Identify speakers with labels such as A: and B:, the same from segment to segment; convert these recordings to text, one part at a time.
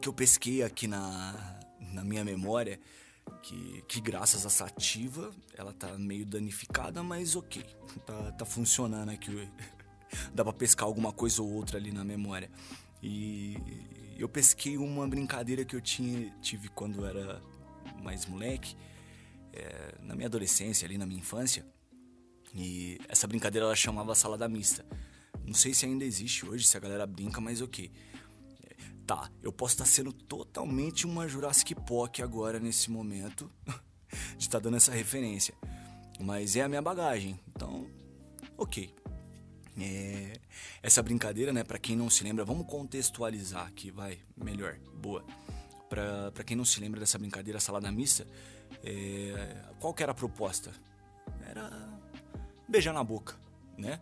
A: que eu pesquei aqui na minha memória, que graças a Sativa, ela tá meio danificada, mas ok, tá funcionando aqui. Dá pra pescar alguma coisa ou outra ali na memória. E eu pesquei uma brincadeira que eu tive quando eu era mais moleque, na minha adolescência, ali na minha infância. E essa brincadeira ela chamava salada mista. Não sei se ainda existe hoje, se a galera brinca, mas ok. Tá, eu posso estar sendo totalmente uma Jurassic Park agora, nesse momento, de estar dando essa referência. Mas é a minha bagagem, então, ok. Essa brincadeira, né, pra quem não se lembra, vamos contextualizar aqui, vai, melhor, boa. Pra quem não se lembra dessa brincadeira, salada mista, qual que era a proposta? Era beijar na boca, né?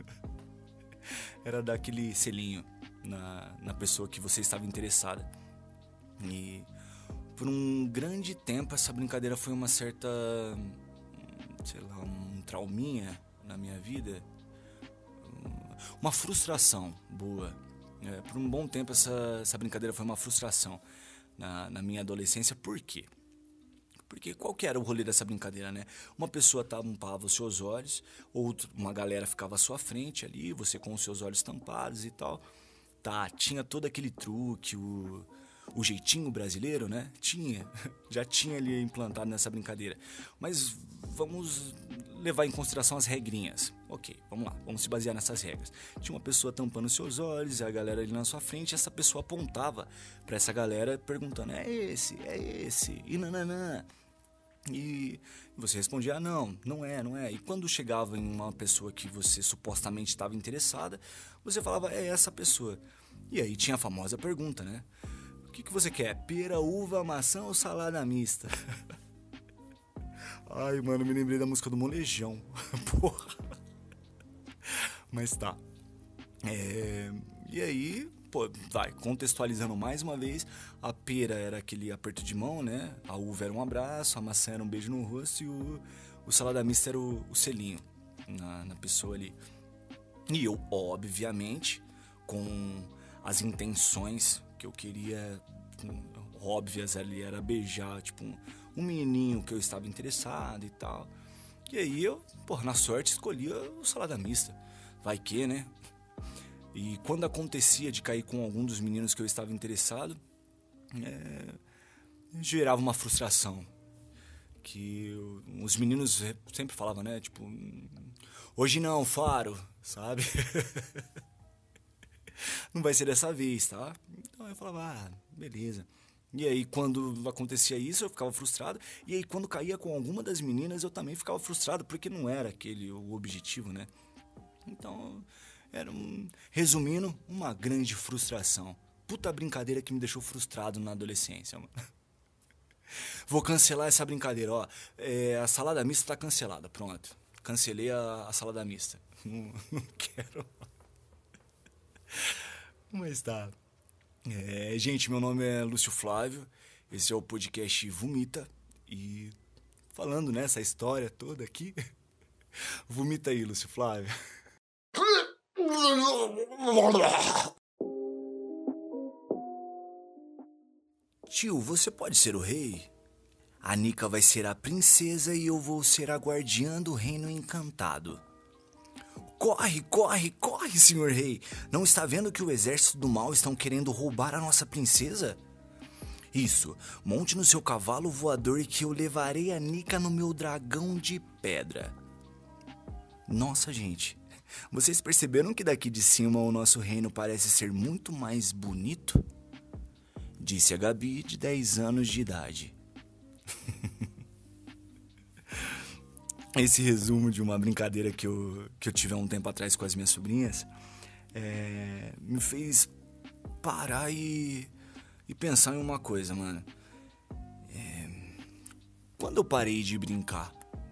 A: Era dar aquele selinho na pessoa que você estava interessada. E por um grande tempo essa brincadeira foi uma certa, sei lá, um trauminha na minha vida, uma frustração boa. Por um bom tempo essa brincadeira foi uma frustração na minha adolescência. Por quê? Porque qual que era o rolê dessa brincadeira, né? Uma pessoa tampava os seus olhos, uma galera ficava à sua frente ali, você com os seus olhos tampados e tal. Tá, tinha todo aquele truque, o jeitinho brasileiro, né? Já tinha ali implantado nessa brincadeira. Mas vamos levar em consideração as regrinhas. Ok, vamos lá, vamos se basear nessas regras. Tinha uma pessoa tampando os seus olhos, e a galera ali na sua frente, e essa pessoa apontava pra essa galera perguntando, é esse, e nananã. E você respondia, não é. E quando chegava em uma pessoa que você supostamente estava interessada, você falava, é essa pessoa. E aí tinha a famosa pergunta, né? O que você quer? Pera, uva, maçã ou salada mista? Ai, mano, me lembrei da música do Molejão. Porra. Mas tá. E aí, contextualizando mais uma vez, a pera era aquele aperto de mão, né? A uva era um abraço, a maçã era um beijo no rosto e o salada mista era o selinho na pessoa ali. E eu, obviamente, com as intenções que eu queria, óbvias ali, era beijar, tipo, um menininho que eu estava interessado e tal. E aí eu, na sorte, escolhia o salada mista. Vai que, né? E quando acontecia de cair com algum dos meninos que eu estava interessado, gerava uma frustração. Que os meninos sempre falavam, né? Tipo, hoje não, Faro, sabe? Não vai ser dessa vez, tá? Então eu falava, beleza. E aí quando acontecia isso eu ficava frustrado. E aí quando caía com alguma das meninas eu também ficava frustrado, porque não era aquele o objetivo, né? Então, resumindo, uma grande frustração. Puta brincadeira que me deixou frustrado na adolescência, mano. Vou cancelar essa brincadeira, ó. A salada mista tá cancelada, pronto. Cancelei a salada mista. Não quero. Mas tá. Gente, meu nome é Lúcio Flávio. Esse é o podcast Vomita. E falando nessa história toda aqui, vomita aí, Lúcio Flávio. Tio, você pode ser o rei? A Nika vai ser a princesa e eu vou ser a guardiã do reino encantado. Corre, corre, corre, senhor rei! Não está vendo que o exército do mal estão querendo roubar a nossa princesa? Isso, monte no seu cavalo voador que eu levarei a Nika no meu dragão de pedra. Nossa, gente, vocês perceberam que daqui de cima o nosso reino parece ser muito mais bonito? Disse a Gabi, de 10 anos de idade. Esse resumo de uma brincadeira que eu tive há um tempo atrás com as minhas sobrinhas me fez parar e pensar em uma coisa, mano. Quando eu parei de brincar?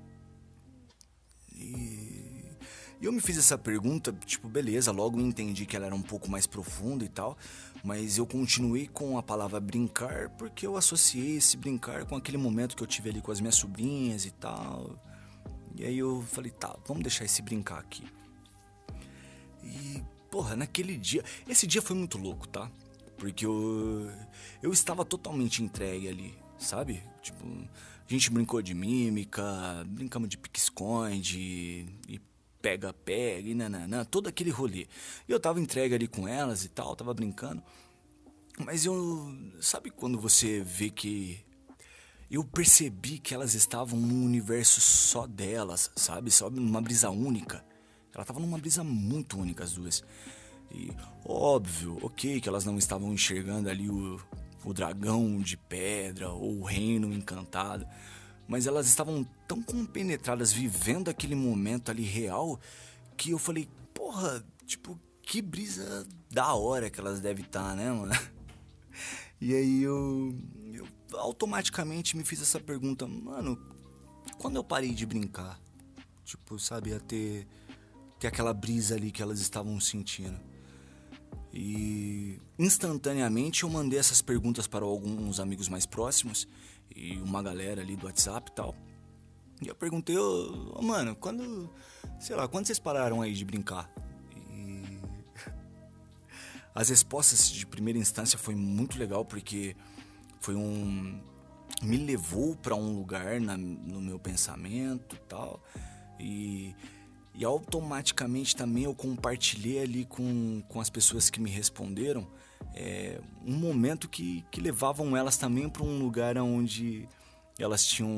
A: E eu me fiz essa pergunta, tipo, beleza, logo eu entendi que ela era um pouco mais profunda e tal, mas eu continuei com a palavra brincar porque eu associei esse brincar com aquele momento que eu tive ali com as minhas sobrinhas e tal. E aí eu falei, tá, vamos deixar esse brincar aqui. E, naquele dia... Esse dia foi muito louco, tá? Porque eu estava totalmente entregue ali, sabe? Tipo, a gente brincou de mímica, brincamos de pique-esconde e pega-pega e nananã, todo aquele rolê. E eu tava entregue ali com elas e tal, tava brincando. Mas sabe quando você vê que eu percebi que elas estavam num universo só delas, sabe? Só numa brisa única. Ela tava numa brisa muito única, as duas. E óbvio, ok, que elas não estavam enxergando ali o dragão de pedra ou o reino encantado. Mas elas estavam tão compenetradas vivendo aquele momento ali real que eu falei, porra, tipo, que brisa da hora que elas devem estar, né, mano? E aí eu automaticamente me fiz essa pergunta, mano, quando eu parei de brincar? Tipo, sabe, a ter aquela brisa ali que elas estavam sentindo. E instantaneamente eu mandei essas perguntas para alguns amigos mais próximos e uma galera ali do WhatsApp e tal. E eu perguntei, mano, quando vocês pararam aí de brincar? E as respostas de primeira instância foi muito legal porque me levou para um lugar no meu pensamento e tal. E automaticamente também eu compartilhei ali com as pessoas que me responderam um momento que levavam elas também para um lugar onde elas tinham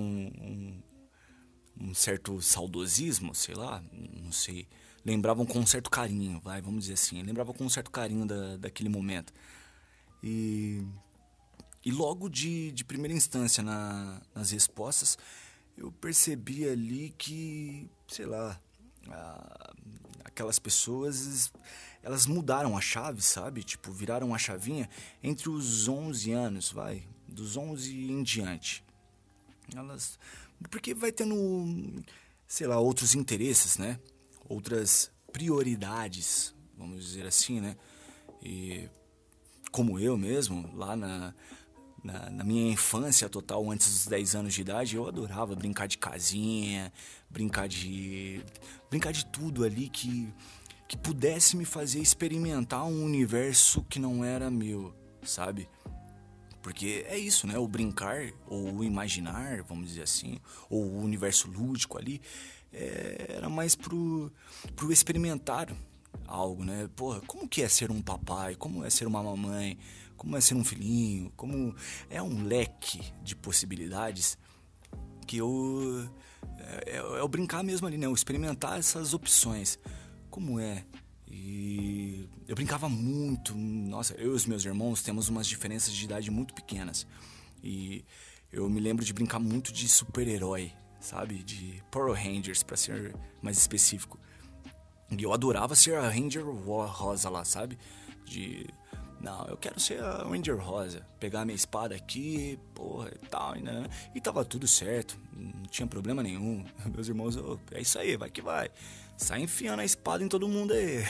A: um certo saudosismo, sei lá, não sei. Lembravam com um certo carinho, vamos dizer assim. Lembravam com um certo carinho daquele momento. E logo de primeira instância nas respostas, eu percebi ali que, sei lá, aquelas pessoas, elas mudaram a chave, sabe? Tipo, viraram a chavinha entre os 11 anos, dos 11 em diante. Porque vai tendo, sei lá, outros interesses, né? Outras prioridades, vamos dizer assim, né? E como eu mesmo, lá na minha infância total, antes dos 10 anos de idade, eu adorava brincar de casinha, brincar de tudo ali que pudesse me fazer experimentar um universo que não era meu, sabe? Porque é isso, né? O brincar, ou o imaginar, vamos dizer assim, ou o universo lúdico ali, era mais pro experimentar algo, né? Porra, como que é ser um papai? Como é ser uma mamãe? Como é ser um filhinho? Como é um leque de possibilidades que é o brincar mesmo ali, né? O experimentar essas opções. Como é? E eu brincava muito. Nossa, eu e os meus irmãos temos umas diferenças de idade muito pequenas. E eu me lembro de brincar muito de super-herói, sabe? De Power Rangers, pra ser mais específico. E eu adorava ser a Ranger Rosa lá, sabe? Não, eu quero ser a Ranger Rosa. Pegar minha espada aqui, porra, e tal, né? E tava tudo certo, não tinha problema nenhum. Meus irmãos, é isso aí, vai que vai. Sai enfiando a espada em todo mundo aí.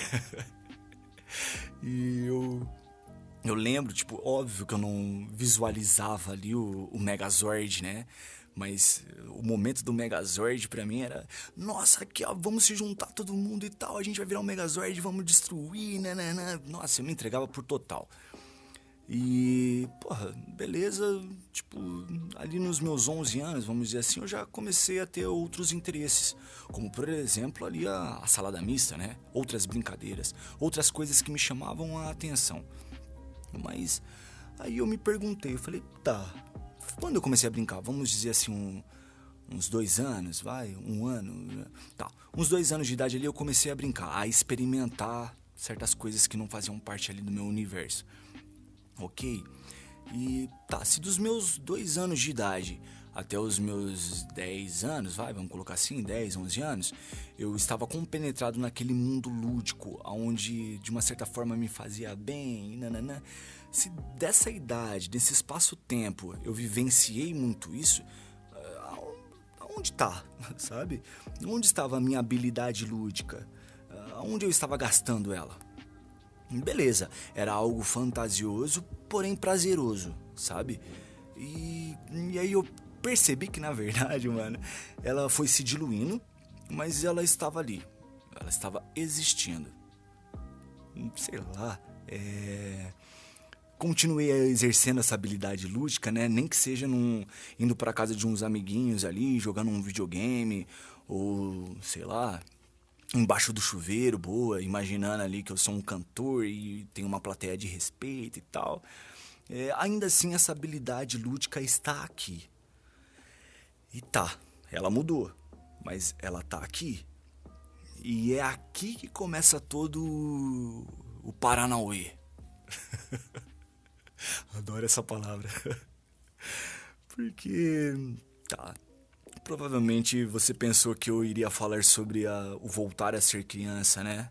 A: E eu lembro, tipo, óbvio que eu não visualizava ali o Megazord, né? Mas o momento do Megazord pra mim era, nossa, aqui ó, vamos se juntar todo mundo e tal, a gente vai virar um Megazord, vamos destruir, né? Nossa, eu me entregava por total. E, porra, beleza, tipo, ali nos meus 11 anos, vamos dizer assim, eu já comecei a ter outros interesses, como por exemplo ali a salada mista, né? Outras brincadeiras, outras coisas que me chamavam a atenção. Mas aí eu me perguntei, eu falei, tá, quando eu comecei a brincar, vamos dizer assim, uns 2 anos, um ano, tá, uns 2 anos de idade ali eu comecei a brincar, a experimentar certas coisas que não faziam parte ali do meu universo. Ok? E tá, se dos meus 2 anos de idade até os meus 10 anos, vamos colocar assim, 10, 11 anos, eu estava compenetrado naquele mundo lúdico, onde de uma certa forma me fazia bem, nananã. Se dessa idade, desse espaço-tempo, eu vivenciei muito isso, aonde tá, sabe? Onde estava a minha habilidade lúdica? Aonde eu estava gastando ela? Beleza, era algo fantasioso, porém prazeroso, sabe? E aí eu percebi que na verdade, mano, ela foi se diluindo, mas ela estava ali, ela estava existindo. Sei lá, continuei exercendo essa habilidade lúdica, né? Nem que seja indo pra casa de uns amiguinhos ali, jogando um videogame, ou sei lá, embaixo do chuveiro, boa, imaginando ali que eu sou um cantor e tenho uma plateia de respeito e tal. Ainda assim, essa habilidade lúdica está aqui. E tá, ela mudou, mas ela tá aqui. E é aqui que começa todo o Paranauê. Adoro essa palavra. Porque, tá, provavelmente você pensou que eu iria falar sobre o voltar a ser criança, né?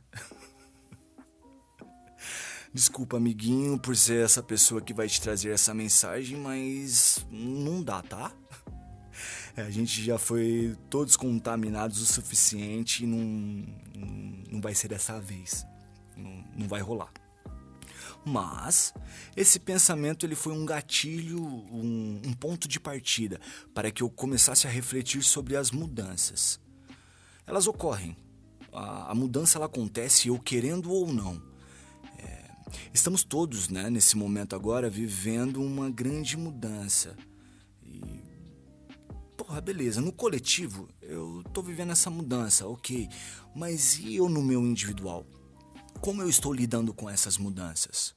A: Desculpa, amiguinho, por ser essa pessoa que vai te trazer essa mensagem, mas não dá, tá? A gente já foi todos contaminados o suficiente e não vai ser dessa vez. Não vai rolar. Mas esse pensamento ele foi um gatilho, um ponto de partida para que eu começasse a refletir sobre as mudanças. Elas ocorrem. A mudança ela acontece eu querendo ou não. Estamos todos, né, nesse momento agora, vivendo uma grande mudança. E, porra, beleza, no coletivo eu tô vivendo essa mudança, ok. Mas e eu no meu individual? Como eu estou lidando com essas mudanças?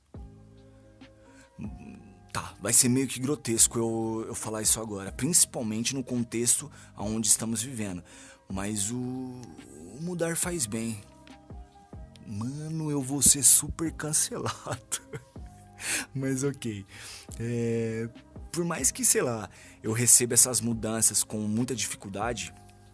A: Tá, vai ser meio que grotesco eu falar isso agora, principalmente no contexto onde estamos vivendo. Mas o mudar faz bem. Mano, eu vou ser super cancelado. Mas ok. Por mais que, sei lá, eu receba essas mudanças com muita dificuldade,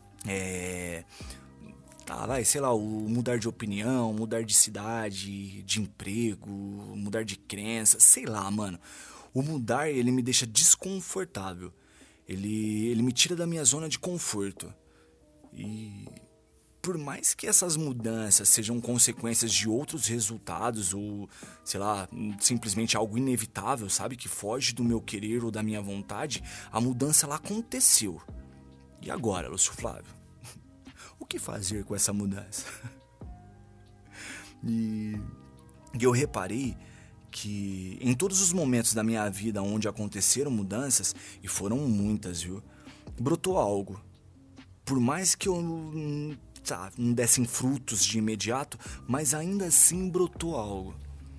A: sei lá, o mudar de opinião, mudar de cidade, de emprego, mudar de crença, sei lá, mano. O mudar, ele me deixa desconfortável. Ele me tira da minha zona de conforto. E por mais que essas mudanças sejam consequências de outros resultados ou, sei lá, simplesmente algo inevitável, sabe? Que foge do meu querer ou da minha vontade, a mudança ela aconteceu. E agora, Lúcio Flávio? O que fazer com essa mudança? E eu reparei que em todos os momentos da minha vida onde aconteceram mudanças, e foram muitas, viu? Brotou algo. Por mais que eu não dessem frutos de imediato, mas ainda assim brotou algo.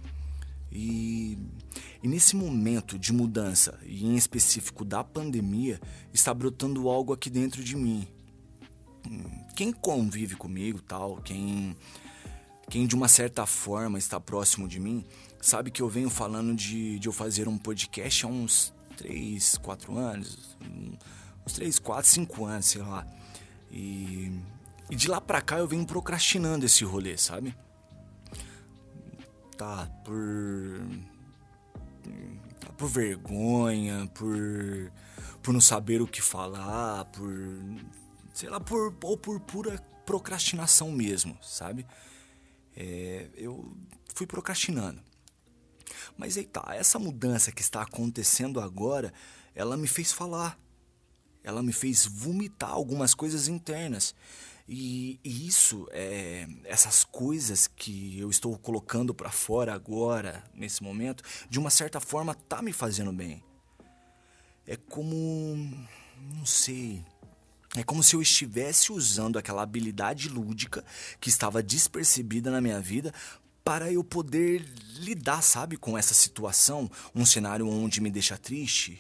A: E nesse momento de mudança, e em específico da pandemia, está brotando algo aqui dentro de mim. Quem convive comigo, tal, quem de uma certa forma está próximo de mim, sabe que eu venho falando de eu fazer um podcast há uns 3, 4 anos, uns 3, 4, 5 anos, sei lá. E de lá pra cá eu venho procrastinando esse rolê, sabe? Por vergonha, por não saber o que falar, sei lá, ou por pura procrastinação mesmo, sabe? Eu fui procrastinando. Mas aí tá, essa mudança que está acontecendo agora, ela me fez falar. Ela me fez vomitar algumas coisas internas. E isso, essas coisas que eu estou colocando pra fora agora, nesse momento, de uma certa forma tá me fazendo bem. É como... não sei... É como se eu estivesse usando aquela habilidade lúdica que estava despercebida na minha vida para eu poder lidar, sabe, com essa situação, um cenário onde me deixa triste.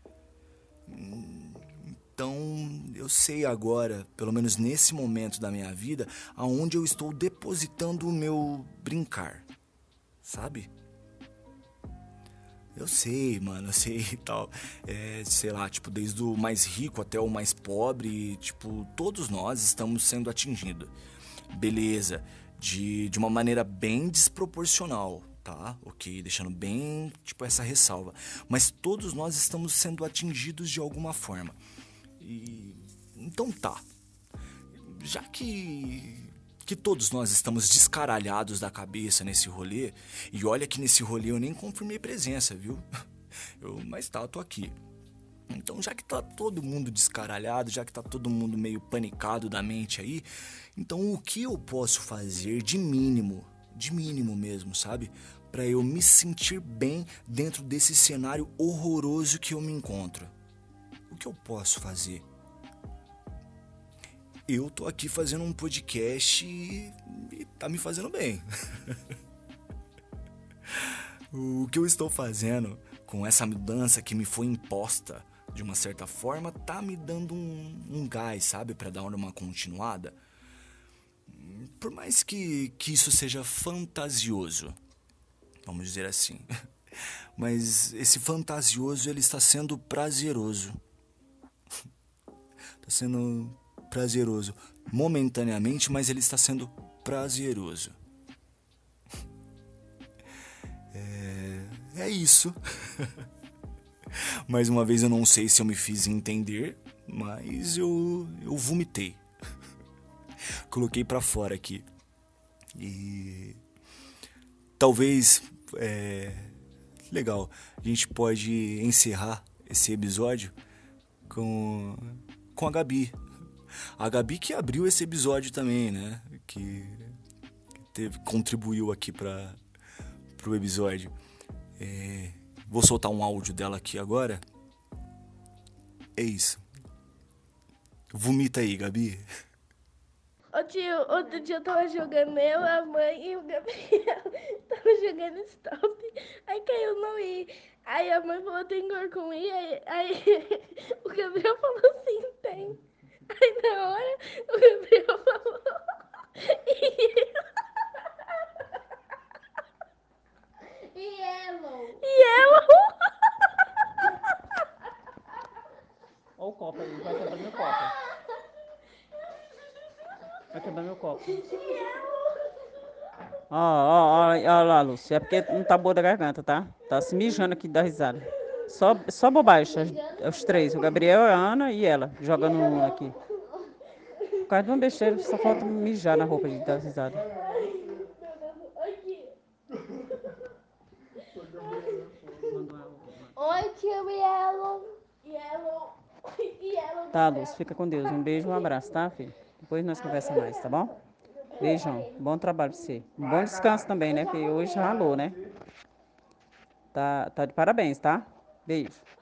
A: Então, eu sei agora, pelo menos nesse momento da minha vida, aonde eu estou depositando o meu brincar, sabe? Eu sei, mano, eu sei e tal. Sei lá, tipo, desde o mais rico até o mais pobre, tipo, todos nós estamos sendo atingidos. Beleza, de uma maneira bem desproporcional, tá? Ok, deixando bem, tipo, essa ressalva. Mas todos nós estamos sendo atingidos de alguma forma. Então tá, já que todos nós estamos descaralhados da cabeça nesse rolê, e olha que nesse rolê eu nem confirmei presença, viu? Mas tá, eu tô aqui. Então já que tá todo mundo descaralhado, já que tá todo mundo meio panicado da mente aí, então o que eu posso fazer de mínimo mesmo, sabe? para eu me sentir bem dentro desse cenário horroroso que eu me encontro. O que eu posso fazer? Eu tô aqui fazendo um podcast e tá me fazendo bem. O que eu estou fazendo com essa mudança que me foi imposta de uma certa forma tá me dando um gás, sabe, para dar uma continuada. Por mais que isso seja fantasioso, vamos dizer assim, mas esse fantasioso ele está sendo prazeroso. Está sendo prazeroso momentaneamente, mas ele está sendo prazeroso. É isso. Mais uma vez eu não sei se eu me fiz entender, mas eu vomitei. Coloquei pra fora aqui. E talvez legal, a gente pode encerrar esse episódio com a Gabi. A Gabi que abriu esse episódio também, né? Que contribuiu aqui pro episódio. Vou soltar um áudio dela aqui agora. É isso. Vomita aí, Gabi.
B: Ô tio, outro dia eu tava jogando eu, a mãe e o Gabriel. Tava jogando stop. Aí caiu no I. Aí a mãe falou, tem cor com I? Aí o Gabriel falou assim, tem. Aí na hora o Gabriel falou. Yellow.
C: Olha o copo aí, vai quebrar meu copo. Vai quebrar meu copo. Ó lá, Lúcia. É porque não tá boa da garganta, tá? Tá se mijando aqui da risada. Só bobagem, os três. O Gabriel, a Ana e ela, jogando aqui. Por causa de uma besteira, só falta mijar na roupa de dar risada.
B: Oi, tio Yellow.
C: Tá, Lúcia, fica com Deus. Um beijo e um abraço, tá, filho? Depois nós conversamos mais, tá bom? Beijão. Bom trabalho pra você. Um bom descanso também, né? Porque hoje ralou, né? Tá de parabéns, tá? Beijo.